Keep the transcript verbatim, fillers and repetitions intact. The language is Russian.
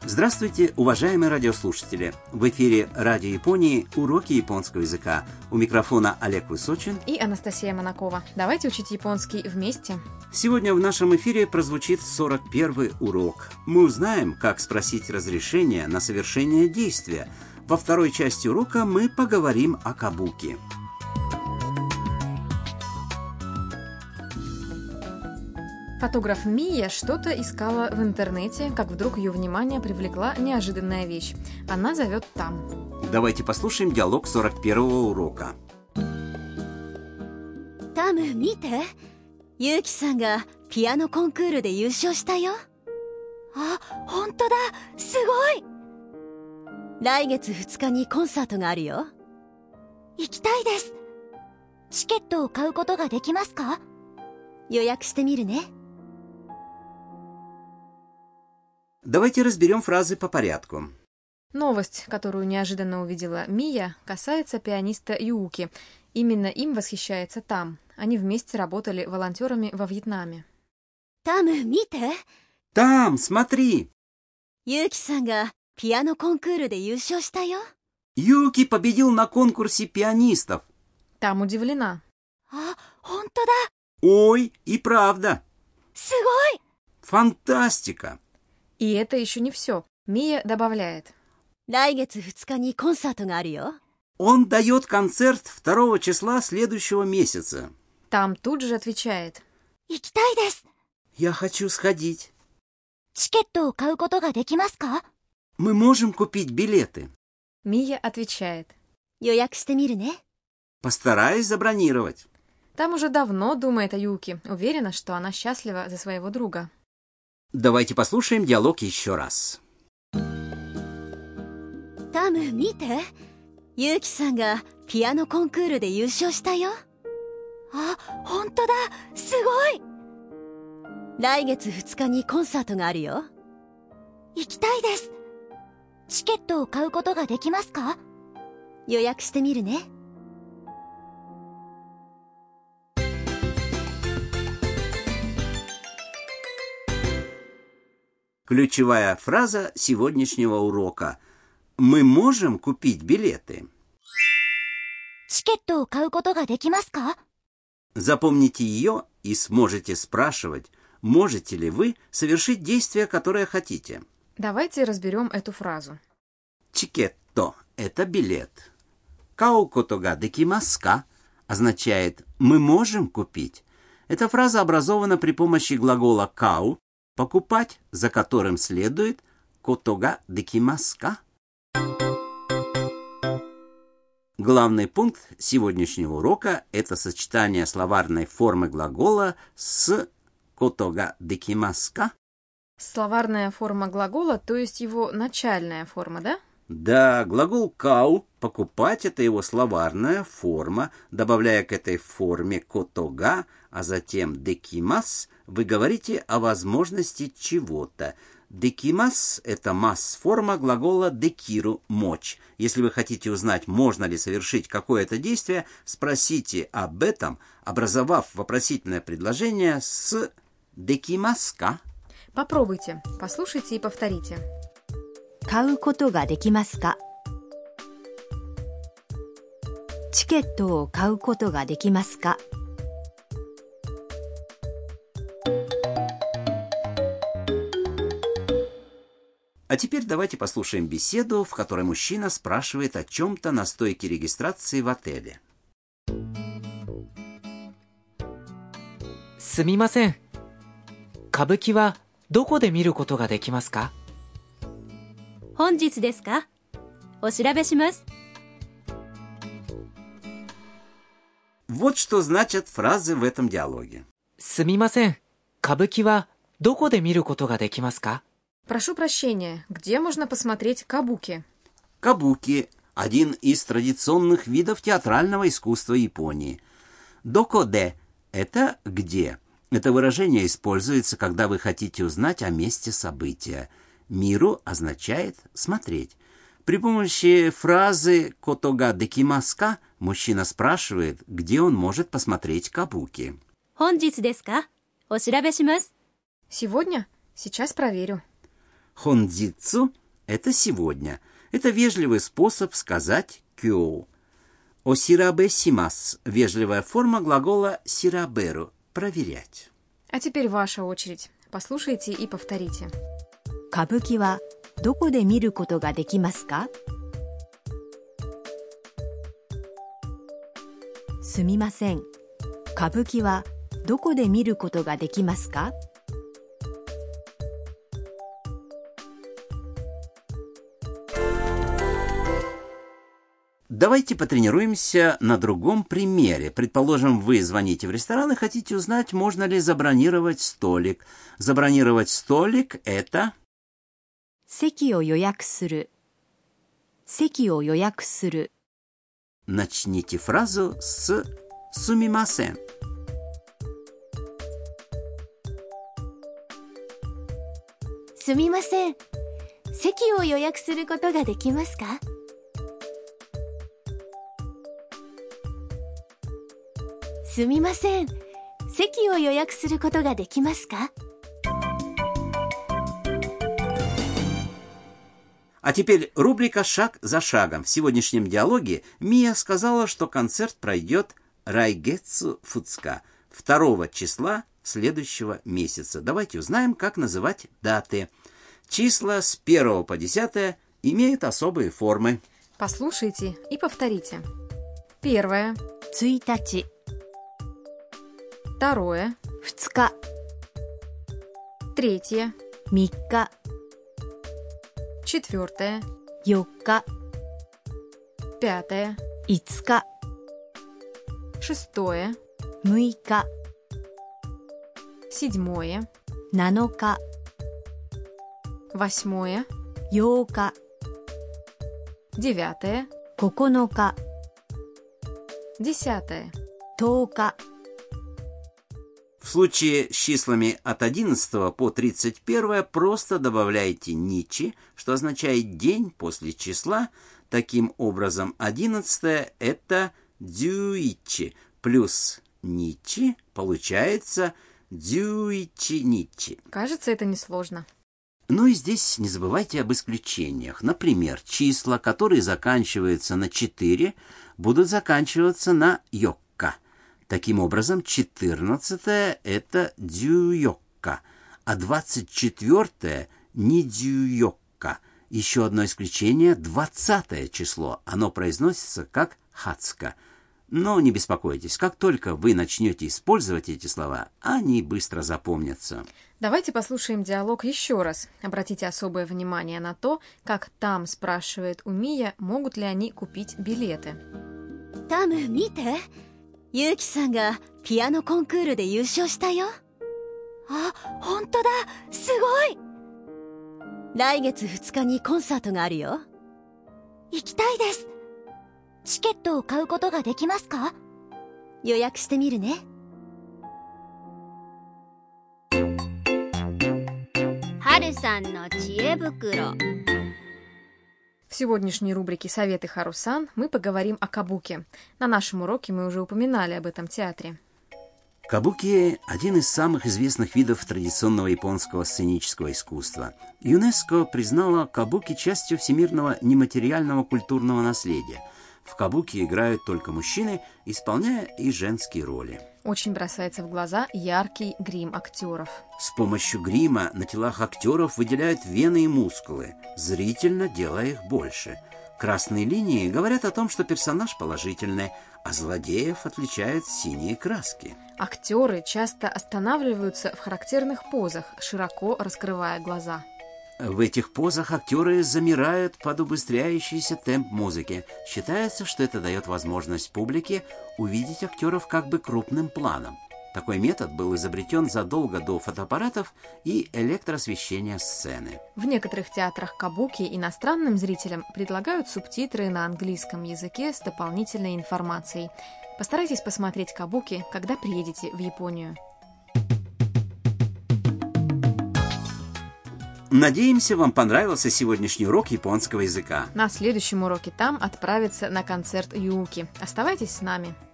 Здравствуйте, уважаемые радиослушатели! В эфире Радио Японии уроки японского языка. У микрофона Олег Высочин и Анастасия Монакова. Давайте учить японский вместе. Сегодня в нашем эфире прозвучит сорок первый урок. Мы узнаем, как спросить разрешение на совершение действия. Во второй части урока мы поговорим о кабуки. Фотограф Мия что-то искала в интернете, как вдруг ее внимание привлекла неожиданная вещь. Она зовет там. Давайте послушаем диалог сорок первого урока. Там, видите, Юки-санがピアノコンクールで優勝したよ。あ、本当だ、すごい。来月ふつかにコンサートがあるよ。行きたいです。チケットを買うことができますか？予約してみるね。 Давайте разберем фразы по порядку. Новость, которую неожиданно увидела Мия, касается пианиста Юки. Именно им восхищается Там. Они вместе работали волонтерами во Вьетнаме. Там, видите? Там, смотри! Юки-санがピアノコンクールで優勝したよ。 Юки победил на конкурсе пианистов. Там удивлена. А, 本当だ。 Ой, и правда. すごい。 Фантастика! И это еще не все. Мия добавляет. 来月ふつかにコンサートがあるよ。 Он дает концерт второго числа следующего месяца. Там тут же отвечает. 行きたいです。 Я хочу сходить. チケットを買うことができますか？ Мы можем купить билеты. Мия отвечает. 予約してみるね。 Постараюсь забронировать. Там уже давно думает о Юки. Уверена, что она счастлива за своего друга. Давайте послушаем диалог еще раз. タム、見て。ユウキさんがピアノコンクールで優勝したよ。あ、本当だ。すごい。来月ふつかにコンサートがあるよ。行きたいです。チケットを買うことができますか？予約してみるね。 Ключевая фраза сегодняшнего урока. Мы можем купить билеты. チケットを買うことができますか？ Запомните ее и сможете спрашивать, можете ли вы совершить действие, которое хотите. Давайте разберем эту фразу. Чикетто – это билет. Кау кото га декимасу ка означает «мы можем купить». Эта фраза образована при помощи глагола «кау» – покупать, за которым следует «кото га декимасу ка». Главный пункт сегодняшнего урока – это сочетание словарной формы глагола с «кото га декимасу ка». Словарная форма глагола, то есть его начальная форма, да? Да, глагол «кау» – покупать – это его словарная форма. Добавляя к этой форме «котога», а затем «декимас», вы говорите о возможности чего-то. «Декимас» – это масс-форма глагола «декиру» – «мочь». Если вы хотите узнать, можно ли совершить какое-то действие, спросите об этом, образовав вопросительное предложение с «декимасу ка». Попробуйте, послушайте и повторите. 買うことができますか？チケットを買うことができますか？ А теперь давайте послушаем беседу, в которой мужчина спрашивает о чем-то на стойке регистрации в отеле. すみません。歌舞伎はどこで見ることができますか？ 本日ですか？お調べします。 Вот что значат фразы в этом диалоге. すみません。歌舞伎はどこで見ることができますか？ Прошу прощения, где можно посмотреть кабуки? Кабуки – один из традиционных видов театрального искусства Японии. Докоде – это «где». Это выражение используется, когда вы хотите узнать о месте события. Миру означает «смотреть». При помощи фразы «кото га декимасу ка» мужчина спрашивает, где он может посмотреть кабуки. 本日ですか？お調べします。 Сегодня? Сейчас проверю. Хондзицу это сегодня. Это вежливый способ сказать кё. Осирабе симас – вежливая форма глагола сираберу – проверять. А теперь ваша очередь. Послушайте и повторите. 歌舞伎はどこで見ることができますか？すみません。歌舞伎はどこで見ることができますか？ Давайте потренируемся на другом примере. Предположим, вы звоните в ресторан и хотите узнать, можно ли забронировать столик. Забронировать столик – это… 席を予約する。席を予約する。 Начните фразу с «сумимасен». すみません。席を予約することができますか？すみません。席を予約することができますか？ А теперь рубрика «Шаг за шагом». В сегодняшнем диалоге Мия сказала, что концерт пройдет райгетсу фуцка, второго числа следующего месяца. Давайте узнаем, как называть даты. Числа с первого по десятое имеют особые формы. Послушайте и повторите. Первое. ついたち、 Второе. ふつか、 Третье. みっか、 Четвертое. よっか、 Пятое. いつか、 Шестое. むいか、 Седьмое. なのか、 Восьмое. ようか、 Девятое. ここのか、 Десятое. とおか。 В случае с числами от одиннадцатого по тридцать первое просто добавляйте ничи, что означает день после числа. Таким образом, одиннадцатое – это дюичи, плюс ничи получается дюичи-ничи. Кажется, это несложно. Ну и здесь не забывайте об исключениях. Например, числа, которые заканчиваются на четыре, будут заканчиваться на йокка. Таким образом, четырнадцатое – это дюйокка, а двадцать четвертое – не дюйокка. Еще одно исключение – двадцатое число. Оно произносится как хацка. Но не беспокойтесь, как только вы начнете использовать эти слова, они быстро запомнятся. Давайте послушаем диалог еще раз. Обратите особое внимание на то, как Там спрашивает у Мия, могут ли они купить билеты. タム見て、ユウキさんがピアノコンクールで優勝したよ。あ、本当だ、すごい。来月ふつかにコンサートがあるよ。行きたいです。チケットを買うことができますか？予約してみるね。 春さんの知恵袋。 В сегодняшней рубрике «Советы Харусан» мы поговорим о кабуки. На нашем уроке мы уже упоминали об этом театре. Кабуки – один из самых известных видов традиционного японского сценического искусства. ЮНЕСКО признала кабуки частью всемирного нематериального культурного наследия. В кабуки играют только мужчины, исполняя и женские роли. Очень бросается в глаза яркий грим актеров. С помощью грима на телах актеров выделяют вены и мускулы, зрительно делая их больше. Красные линии говорят о том, что персонаж положительный, а злодеев отличают синие краски. Актеры часто останавливаются в характерных позах, широко раскрывая глаза. В этих позах актеры замирают под убыстряющийся темп музыки. Считается, что это дает возможность публике увидеть актеров как бы крупным планом. Такой метод был изобретен задолго до фотоаппаратов и электросвещения сцены. В некоторых театрах кабуки иностранным зрителям предлагают субтитры на английском языке с дополнительной информацией. Постарайтесь посмотреть кабуки, когда приедете в Японию. Надеемся, вам понравился сегодняшний урок японского языка. На следующем уроке Там отправится на концерт Юуки. Оставайтесь с нами.